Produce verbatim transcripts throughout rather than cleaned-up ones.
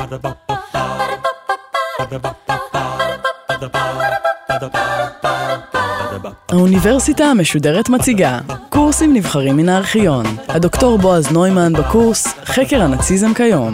האוניברסיטה המשודרת מציגה קורסים נבחרים מן הארכיון. הדוקטור בועז נוימן בקורס חקר הנאציזם כיום.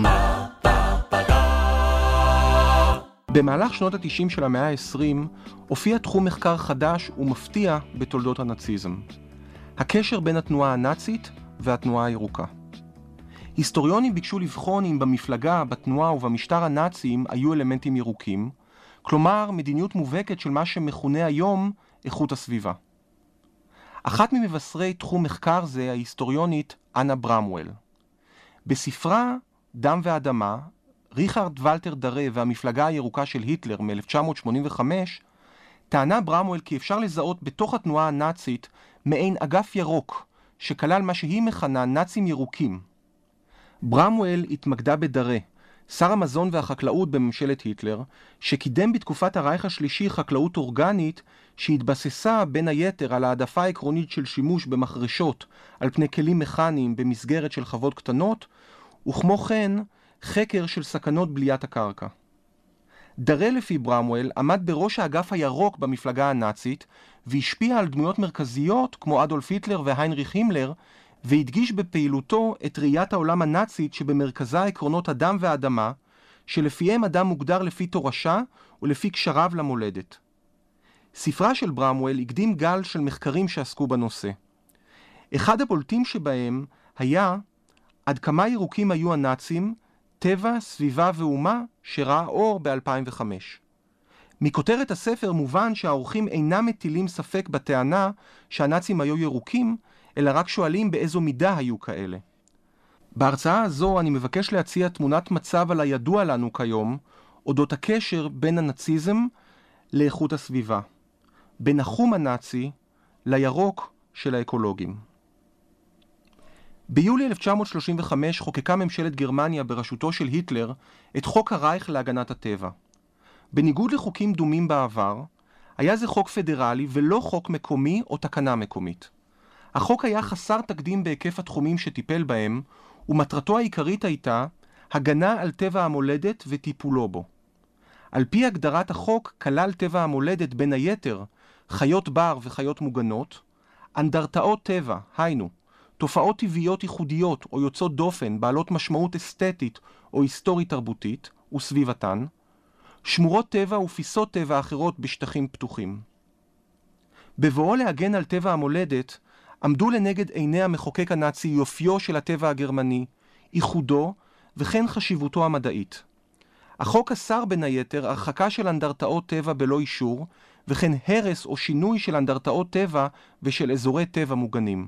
במהלך שנות ה-תשעים של המאה ה-עשרים הופיע תחום מחקר חדש ומפתיע בתולדות הנאציזם. הקשר בין התנועה הנאצית והתנועה הירוקה. היסטוריונים ביקשו לבחון אם במפלגה, בתנועה ובמשטר הנאציים היו אלמנטים ירוקים, כלומר מדיניות מובהקת של מה שמכונה היום איכות הסביבה. אחת ממבשרי תחום מחקר זה ההיסטוריונית אנה ברמוול. בספרה דם ואדמה, ריכרד ולטר דרה והמפלגה הירוקה של היטלר מ-אלף תשע מאות שמונים וחמש, טענה ברמוול כי אפשר לזהות בתוך התנועה הנאצית מעין אגף ירוק, שכלל מה שהיא מכנה נאצים ירוקים. ברמוול התמקדה בדרה, שר המזון והחקלאות בממשלת היטלר, שקידם בתקופת הרייך השלישי חקלאות אורגנית שהתבססה בין היתר על העדפה העקרונית של שימוש במחרשות על פני כלים מכניים במסגרת של חוות קטנות, וכמו כן חקר של סכנות בליית הקרקע. דרה לפי ברמוול עמד בראש האגף הירוק במפלגה הנאצית והשפיע על דמויות מרכזיות כמו אדולף היטלר והיינריך הימלר, והדגיש בפעילותו את ראיית העולם הנאצית שבמרכזה עקרונות הדם והאדמה, שלפיהם אדם מוגדר לפי תורשה ולפי קשריו למולדת. ספרה של ברמוול הקדים גל של מחקרים שעסקו בנושא. אחד הבולטים שבהם היה עד כמה ירוקים היו הנאצים, טבע, סביבה ואומה, שראה אור ב-אלפיים וחמש. מכותרת הספר מובן שהעורכים אינם מטילים ספק בטענה שהנאצים היו ירוקים, אלא רק שואלים באיזו מידה היו כאלה. בהרצאה הזו אני מבקש להציע תמונת מצב על הידוע לנו כיום, אודות הקשר בין הנאציזם לאיכות הסביבה, בין החום הנאצי לירוק של האקולוגים. ביולי אלף תשע מאות שלושים וחמש חוקקה ממשלת גרמניה בראשותו של היטלר את חוק הרייך להגנת הטבע. בניגוד לחוקים דומים בעבר, היה זה חוק פדרלי ולא חוק מקומי או תקנה מקומית. החוק היה חסר תקדים בהיקף התחומים שטיפל בהם, ומטרתו העיקרית הייתה הגנה על טבע המולדת וטיפולו בו. על פי הגדרת החוק כלל טבע המולדת בין היתר חיות בר וחיות מוגנות, אנדרטאות טבע, היינו, תופעות טבעיות ייחודיות או יוצאות דופן בעלות משמעות אסתטית או היסטורית תרבותית וסביבתן, שמורות טבע ופיסות טבע אחרות בשטחים פתוחים. בבואו להגן על טבע המולדת, עמדו לנגד עיני המחוקק הנאצי יופיו של הטבע הגרמני, ייחודו וכן חשיבותו המדעית. החוק אסר בין היתר הרחקה של אנדרטאות טבע בלא אישור, וכן הרס או שינוי של אנדרטאות טבע ושל אזורי טבע מוגנים.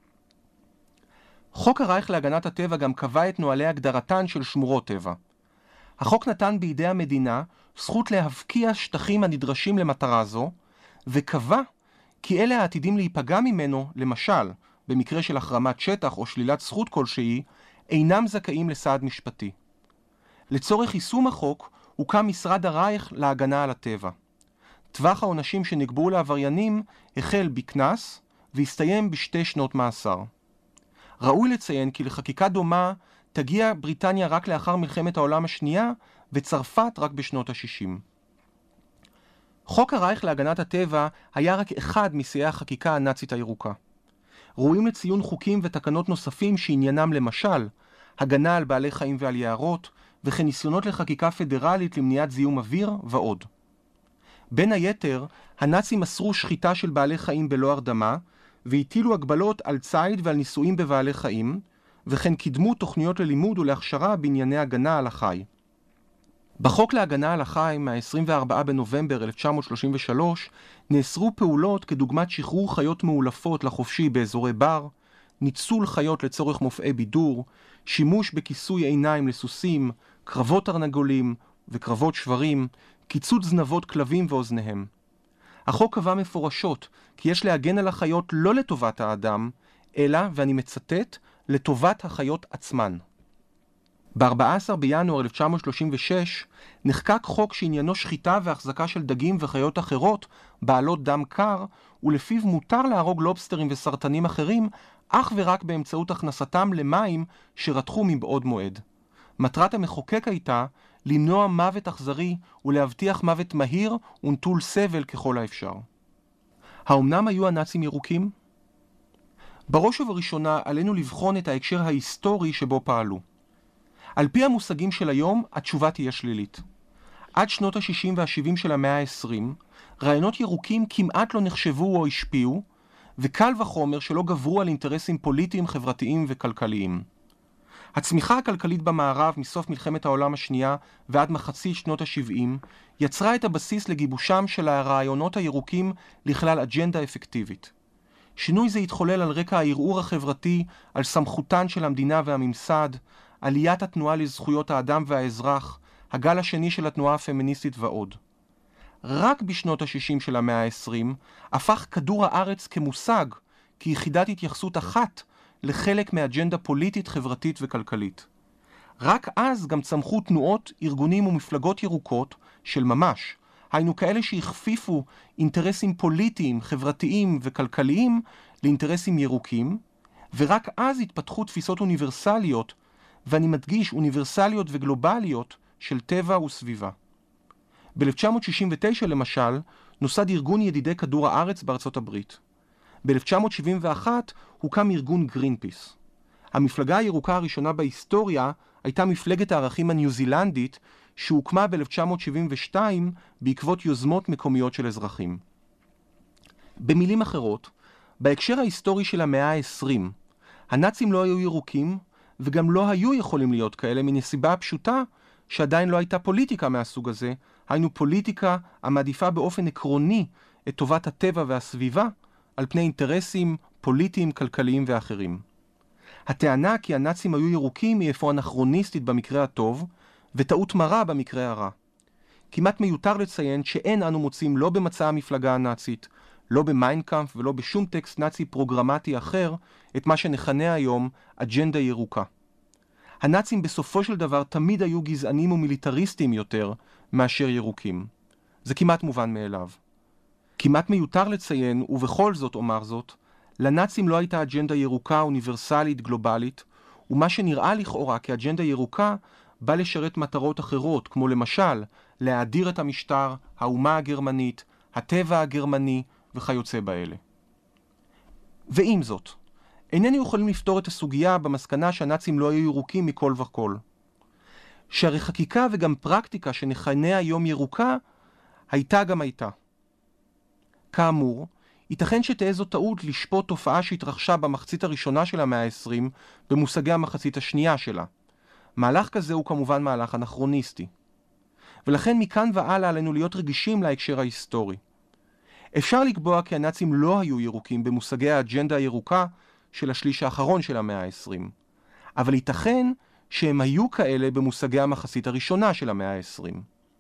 חוק הרייך להגנת הטבע גם קבע את נוהלי הגדרתן של שמורות טבע. החוק נתן בידי המדינה זכות להפקיע שטחים הנדרשים למטרה זו, וקבע כי אלה העתידים להיפגע ממנו, למשל, במקרה של החרמת שטח או שלילת זכות כלשהי, אינם זכאים לסעד משפטי. לצורך יישום החוק, הוקם משרד הרייך להגנה על הטבע. טווח העונשים שנקבעו לעבריינים החל בקנס והסתיים בשתי שנות מאסר. ראוי לציין כי לחקיקה דומה תגיע בריטניה רק לאחר מלחמת העולם השנייה וצרפת רק בשנות ה-שישים. חוק הרייך להגנת הטבע היה רק אחד משיאי החקיקה הנאצית הירוקה. ראויים לציון חוקים ותקנות נוספים שעניינם למשל הגנה על בעלי חיים ועל יערות, וכן ניסיונות לחקיקה פדרלית למניעת זיהום אוויר ועוד. בין היתר, הנאצים אסרו שחיטה של בעלי חיים בלא הרדמה, והטילו הגבלות על ציד ועל ניסויים בבעלי חיים, וכן קידמו תוכניות ללימוד ולהכשרה בענייני הגנה על החי. בחוק להגנה על החי מה-עשרים וארבעה בנובמבר אלף תשע מאות שלושים ושלוש נאסרו פעולות כדוגמת שחרור חיות מאולפות לחופשי באזורי בר, ניצול חיות לצורך מופעי בידור, שימוש בכיסוי עיניים לסוסים, קרבות תרנגולים וקרבות שברים, קיצוץ זנבות כלבים ואוזניהם. החוק קבע מפורשות כי יש להגן על החיות לא לטובת האדם, אלא, ואני מצטט, לטובת החיות עצמן. ב-ארבעה עשר בינואר אלף תשע מאות שלושים ושש נחקק חוק שעניינו שחיטה והחזקה של דגים וחיות אחרות בעלות דם קר, ולפיו מותר להרוג לובסטרים וסרטנים אחרים אך ורק באמצעות הכנסתם למים שרתחו מבעוד מועד. מטרת המחוקק הייתה למנוע מוות אכזרי ולהבטיח מוות מהיר ונטול סבל ככל האפשר. האמנם היו הנאצים ירוקים? בראש ובראשונה עלינו לבחון את ההקשר ההיסטורי שבו פעלו. על פי המושגים של היום, התשובה תהיה שלילית. עד שנות ה-שישים וה-שבעים של המאה ה-עשרים, רעיונות ירוקים כמעט לא נחשבו או השפיעו, וקל וחומר שלא גברו על אינטרסים פוליטיים, חברתיים וכלכליים. הצמיחה הכלכלית במערב מסוף מלחמת העולם השנייה ועד מחצית שנות ה-שבעים יצרה את הבסיס לגיבושם של הרעיונות הירוקים לכלל אג'נדה אפקטיבית. שינוי זה התחולל על רקע הערעור החברתי על סמכותן של המדינה והממסד, עליית התנועה לזכויות האדם והאזרח, הגל השני של התנועה הפמיניסטית ועוד. רק בשנות ה-שישים של המאה ה-עשרים הפך כדור הארץ כמושג, כיחידת התייחסות אחת לחלק מאג'נדה פוליטית, חברתית וכלכלית. רק אז גם צמחו תנועות, ארגונים ומפלגות ירוקות של ממש, היינו כאלה שהכפיפו אינטרסים פוליטיים, חברתיים וכלכליים לאינטרסים ירוקים, ורק אז התפתחו תפיסות אוניברסליות, ואני מדגיש אוניברסליות וגלובליות של טבע וסביבה. ב-אלף תשע מאות שישים ותשע למשל נוסד ארגון ידידי כדור הארץ בארצות הברית. ב-אלף תשע מאות שבעים ואחת הוקם ארגון גרינפיס. המפלגה הירוקה הראשונה בהיסטוריה הייתה מפלגת הערכים הניו-זילנדית שהוקמה ב-אלף תשע מאות שבעים ושתיים בעקבות יוזמות מקומיות של אזרחים. במילים אחרות, בהקשר ההיסטורי של המאה ה-עשרים, הנאצים לא היו ירוקים וגם לא היו יכולים להיות כאלה מנסיבה הפשוטה שעדיין לא הייתה פוליטיקה מהסוג הזה, היינו פוליטיקה המעדיפה באופן עקרוני את טובת הטבע והסביבה על פני אינטרסים פוליטיים, כלכליים ואחרים. הטענה כי הנאצים היו ירוקים היא אפוא אנכרוניסטית במקרה הטוב, וטעות מרה במקרה הרע. כמעט מיותר לציין שאין אנו מוצאים לא במצע המפלגה הנאצית, לא במיינקאמפ ולא בשום טקסט נאצי פרוגרמטי אחר, את מה שנכנה היום אג'נדה ירוקה. הנאצים בסופו של דבר תמיד היו גזענים ומיליטריסטים יותר מאשר ירוקים. זה כמעט מובן מאליו. כמעט מיותר לציין, ובכל זאת אומר זאת, לנאצים לא הייתה אג'נדה ירוקה אוניברסלית גלובלית, ומה שנראה לכאורה כאג'נדה ירוקה בא לשרת מטרות אחרות, כמו למשל להאדיר את המשטר, האומה הגרמנית, הטבע הגרמני וכיוצא באלה. ועם זאת, איננו יכולים לפתור את הסוגיה במסקנה שהנאצים לא היו ירוקים מכל וכל. שהרי חקיקה וגם פרקטיקה שנכנה היום ירוקה, הייתה גם הייתה. כאמור, ייתכן שתהיה זו טעות לשפוט תופעה שהתרחשה במחצית הראשונה של המאה ה-עשרים במושגי המחצית השנייה שלה. מהלך כזה הוא כמובן מהלך אנכרוניסטי. ולכן מכאן והלאה עלינו להיות רגישים להקשר ההיסטורי. אפשר לקבוע כי הנאצים לא היו ירוקים במושגי האג'נדה הירוקה של השליש האחרון של המאה ה-עשרים. אבל ייתכן שהם היו כאלה במושגי המחצית הראשונה של המאה ה-עשרים.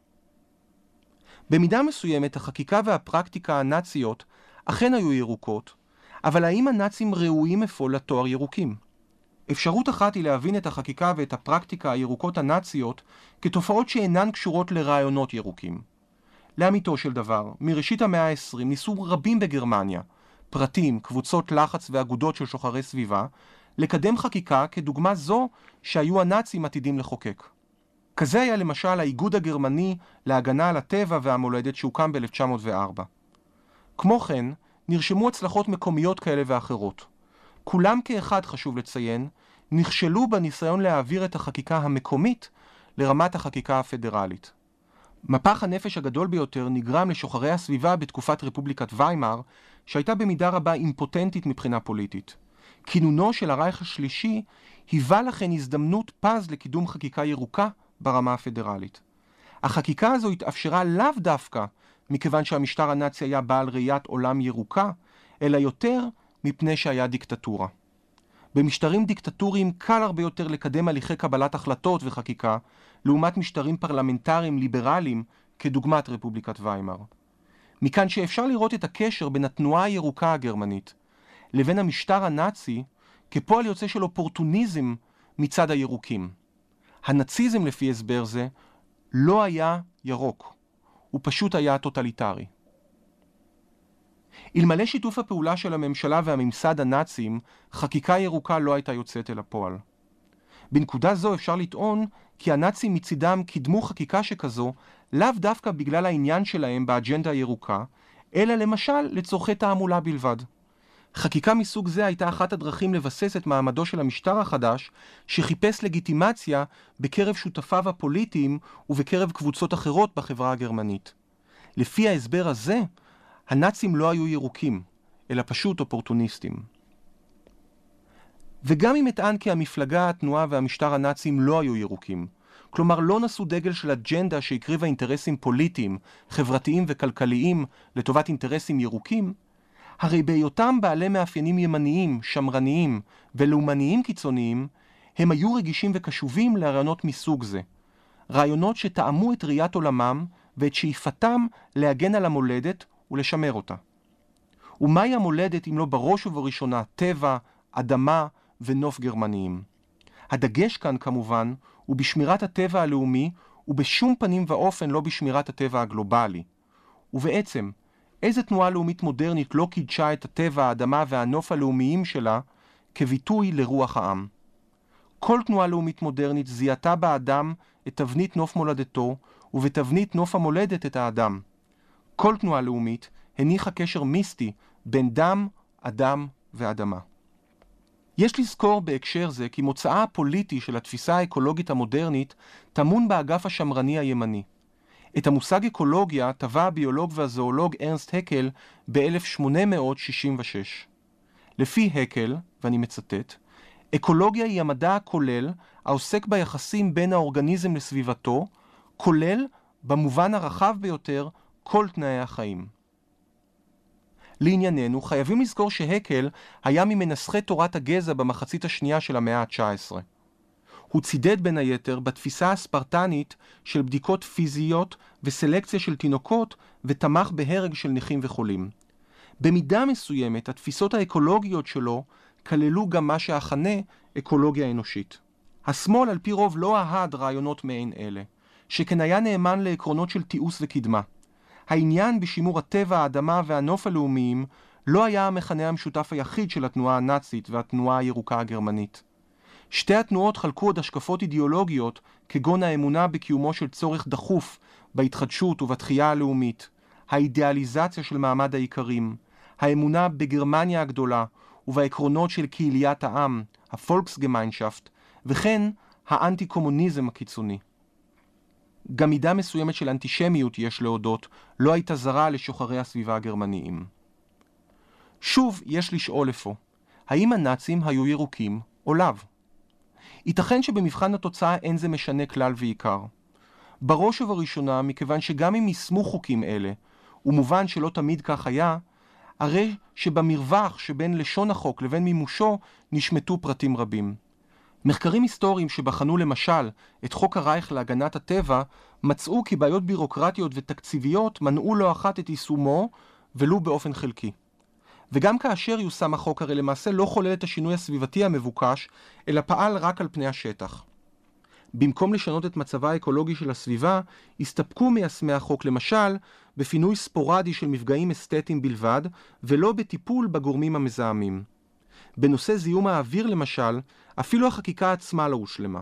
במידה מסוימת החקיקה והפרקטיקה הנאציות אכן היו ירוקות, אבל האם הנאצים ראויים אפוא לתואר ירוקים? אפשרות אחת היא להבין את החקיקה ואת הפרקטיקה הירוקות הנאציות כתופעות שאינן קשורות לרעיונות ירוקים. לאמיתו של דבר, מראשית המאה ה-עשרים ניסו רבים בגרמניה, פרטים, קבוצות לחץ ואגודות של שוחרי סביבה, לקדם חקיקה כדוגמה זו שהיו הנאצים עתידים לחוקק. כזה היה למשל האיגוד הגרמני להגנה על הטבע והמולדת שהוקם ב-אלף תשע מאות וארבע. כמו כן, נרשמו הצלחות מקומיות כאלה ואחרות. כולם כאחד, חשוב לציין, נכשלו בניסיון להעביר את החקיקה המקומית לרמת החקיקה הפדרלית. מפח הנפש הגדול ביותר נגרם לשוחרי הסביבה בתקופת רפובליקת ויימאר, שהייתה במידה רבה אימפוטנטית מבחינה פוליטית. כינונו של הרייך השלישי היווה לכן הזדמנות פז לקידום חקיקה ירוקה ברמה הפדרלית. החקיקה הזו התאפשרה לאו דווקא מכיוון שהמשטר הנאצי היה בעל ראיית עולם ירוקה, אלא יותר מפני שהיה דיקטטורה. במשטרים דיקטטוריים קל הרבה יותר לקדם הליכי קבלת החלטות וחקיקה, לעומת משטרים פרלמנטריים ליברליים כדוגמת רפובליקת ויימאר. מכאן שאפשר לראות את הקשר בין התנועה הירוקה הגרמנית לבין המשטר הנאצי כפועל יוצא של אופורטוניזם מצד הירוקים. הנאציזם לפי הסבר זה לא היה ירוק, הוא פשוט היה טוטליטרי. אלמלא שיתוף הפעולה של הממשלה והממסד הנאצים, חקיקה ירוקה לא הייתה יוצאת אל הפועל. בנקודה זו אפשר לטעון כי הנאצים מצידם קידמו חקיקה שכזו לאו דווקא בגלל העניין שלהם באג'נדה הירוקה, אלא למשל לצורכי תעמולה בלבד. חקיקה מסוג זה הייתה אחת הדרכים לבסס את מעמדו של המשטר החדש, שחיפש לגיטימציה בקרב שותפיו הפוליטיים ובקרב קבוצות אחרות בחברה הגרמנית. לפי ההסבר הזה, הנאצים לא היו ירוקים, אלא פשוט אופורטוניסטים. וגם אם אטען כי המפלגה, התנועה והמשטר הנאצים לא היו ירוקים, כלומר לא נשאו דגל של אג'נדה שהקריבה אינטרסים פוליטיים, חברתיים וכלכליים לטובת אינטרסים ירוקים, הרי בהיותם בעלי מאפיינים ימניים, שמרניים ולאומניים קיצוניים, הם היו רגישים וקשובים לרעיונות מסוג זה. רעיונות שטעמו את ראיית עולמם ואת שאיפתם להגן על המולדת ולשמר אותה. ומהי המולדת אם לא בראש ובראשונה טבע, אדמה ונוף גרמניים? הדגש כאן כמובן הוא בשמירת הטבע הלאומי ובשום פנים ואופן לא בשמירת הטבע הגלובלי. ובעצם, איזה תנועה לאומית מודרנית לא קידשה את הטבע, האדמה והנוף הלאומיים שלה כביטוי לרוח העם? כל תנועה לאומית מודרנית זיהתה באדם את תבנית נוף מולדתו ובתבנית נוף המולדת את האדם. כל תנועה לאומית הניחה קשר מיסטי בין דם, אדם ואדמה. יש לזכור בהקשר זה כי מוצאה הפוליטי של התפיסה האקולוגית המודרנית טמון באגף השמרני הימני. את המושג אקולוגיה טבע הביולוג והזואולוג ארנסט הקל ב-אלף שמונה מאות שישים ושש. לפי הקל, ואני מצטט, אקולוגיה היא המדע הכולל העוסק ביחסים בין האורגניזם לסביבתו, כולל במובן הרחב ביותר כל תנאי החיים. לענייננו, חייבים לזכור שהקל היה ממנסחי תורת הגזע במחצית השנייה של המאה ה-תשע עשרה. הוא צידד בין היתר בתפיסה הספרטנית של בדיקות פיזיות וסלקציה של תינוקות ותמך בהרג של נכים וחולים. במידה מסוימת, התפיסות האקולוגיות שלו כללו גם מה שהכנה אקולוגיה אנושית. השמאל על פי רוב לא אהד רעיונות מעין אלה, שכן היה נאמן לעקרונות של תיעוש וקדמה. העניין בשימור הטבע, האדמה והנוף הלאומיים לא היה המכנה המשותף היחיד של התנועה הנאצית והתנועה הירוקה הגרמנית. שתי התנועות חלקו עוד השקפות אידיאולוגיות, כגון האמונה בקיומו של צורך דחוף בהתחדשות ובתחייה הלאומית, האידיאליזציה של מעמד העיקרים, האמונה בגרמניה הגדולה ובעקרונות של קהיליית העם, הפולקסגמיינשפט, וכן האנטי-קומוניזם הקיצוני. גם מידה מסוימת של אנטישמיות יש להודות, לא הייתה זרה לשוחרי הסביבה הגרמניים. שוב, יש לשאול אפוא, האם הנאצים היו ירוקים או לאו? ייתכן שבמבחן התוצאה אין זה משנה כלל ועיקר. בראש ובראשונה, מכיוון שגם אם יישמו חוקים אלה, ומובן שלא תמיד כך היה, הרי שבמרווח שבין לשון החוק לבין מימושו נשמטו פרטים רבים. מחקרים היסטוריים שבחנו למשל את חוק הרייך להגנת הטבע, מצאו כי בעיות בירוקרטיות ותקציביות מנעו לא אחת את יישומו, ולו באופן חלקי. וגם כאשר יושם החוק הרי למעשה לא חולל את השינוי הסביבתי המבוקש, אלא פעל רק על פני השטח. במקום לשנות את מצבה האקולוגי של הסביבה, הסתפקו מיישמי החוק למשל בפינוי ספורדי של מפגעים אסתטיים בלבד, ולא בטיפול בגורמים המזהמים. בנושא זיהום האוויר למשל, אפילו החקיקה עצמה לא הושלמה.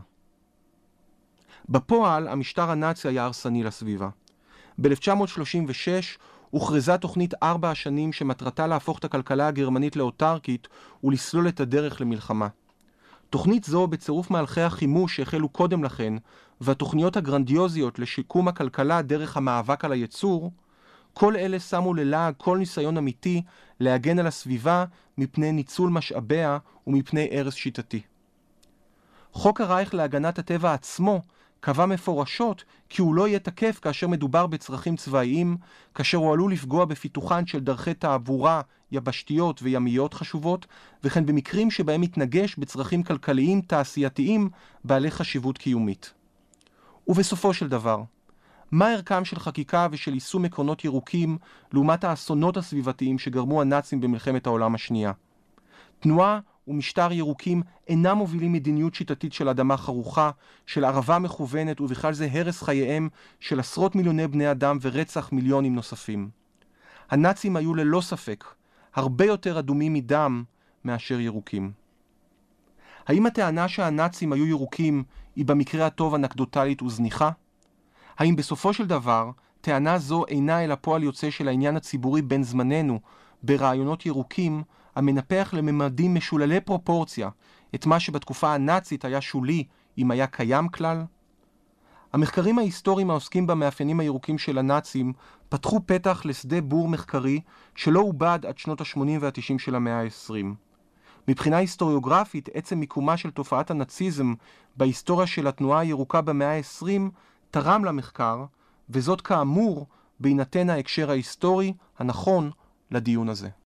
בפועל, המשטר הנאצי היה הרסני לסביבה. ב-אלף תשע מאות שלושים ושש הוכרזה תוכנית ארבע השנים שמטרתה להפוך את הכלכלה הגרמנית לאוטרקית ולסלול את הדרך למלחמה. תוכנית זו, בצירוף מהלכי החימוש שהחלו קודם לכן, והתוכניות הגרנדיוזיות לשיקום הכלכלה דרך המאבק על הייצור, כל אלה שמו ללעג כל ניסיון אמיתי להגן על הסביבה מפני ניצול משאביה ומפני הרס שיטתי. חוק הרייך להגנת הטבע עצמו קבע מפורשות כי הוא לא יהיה תקף כאשר מדובר בצרכים צבאיים, כאשר הוא עלול לפגוע בפיתוחן של דרכי תעבורה יבשתיות וימיות חשובות, וכן במקרים שבהם מתנגש בצרכים כלכליים תעשייתיים בעלי חשיבות קיומית. ובסופו של דבר, מה ערכם של חקיקה ושל יישום עקרונות ירוקים לעומת האסונות הסביבתיים שגרמו הנאצים במלחמת העולם השנייה? תנועה ומשטר ירוקים אינם מובילים מדיניות שיטתית של אדמה חרוכה, של ערבה מכוונת ובכלל זה הרס חייהם של עשרות מיליוני בני אדם ורצח מיליונים נוספים. הנאצים היו ללא ספק הרבה יותר אדומים מדם מאשר ירוקים. האם הטענה שהנאצים היו ירוקים היא במקרה הטוב אנקדוטלית וזניחה? האם בסופו של דבר טענה זו אינה אלא פועל יוצא של העניין הציבורי בין זמננו ברעיונות ירוקים המנפח לממדים משוללי פרופורציה את מה שבתקופה הנאצית היה שולי אם היה קיים כלל? המחקרים ההיסטוריים העוסקים במאפיינים הירוקים של הנאצים פתחו פתח לשדה בור מחקרי שלא עובד עד שנות ה-שמונים וה-תשעים של המאה ה-עשרים. מבחינה היסטוריוגרפית, עצם מיקומה של תופעת הנאציזם בהיסטוריה של התנועה הירוקה במאה ה-עשרים תרם למחקר, וזאת כאמור בהינתן ההקשר ההיסטורי הנכון לדיון הזה.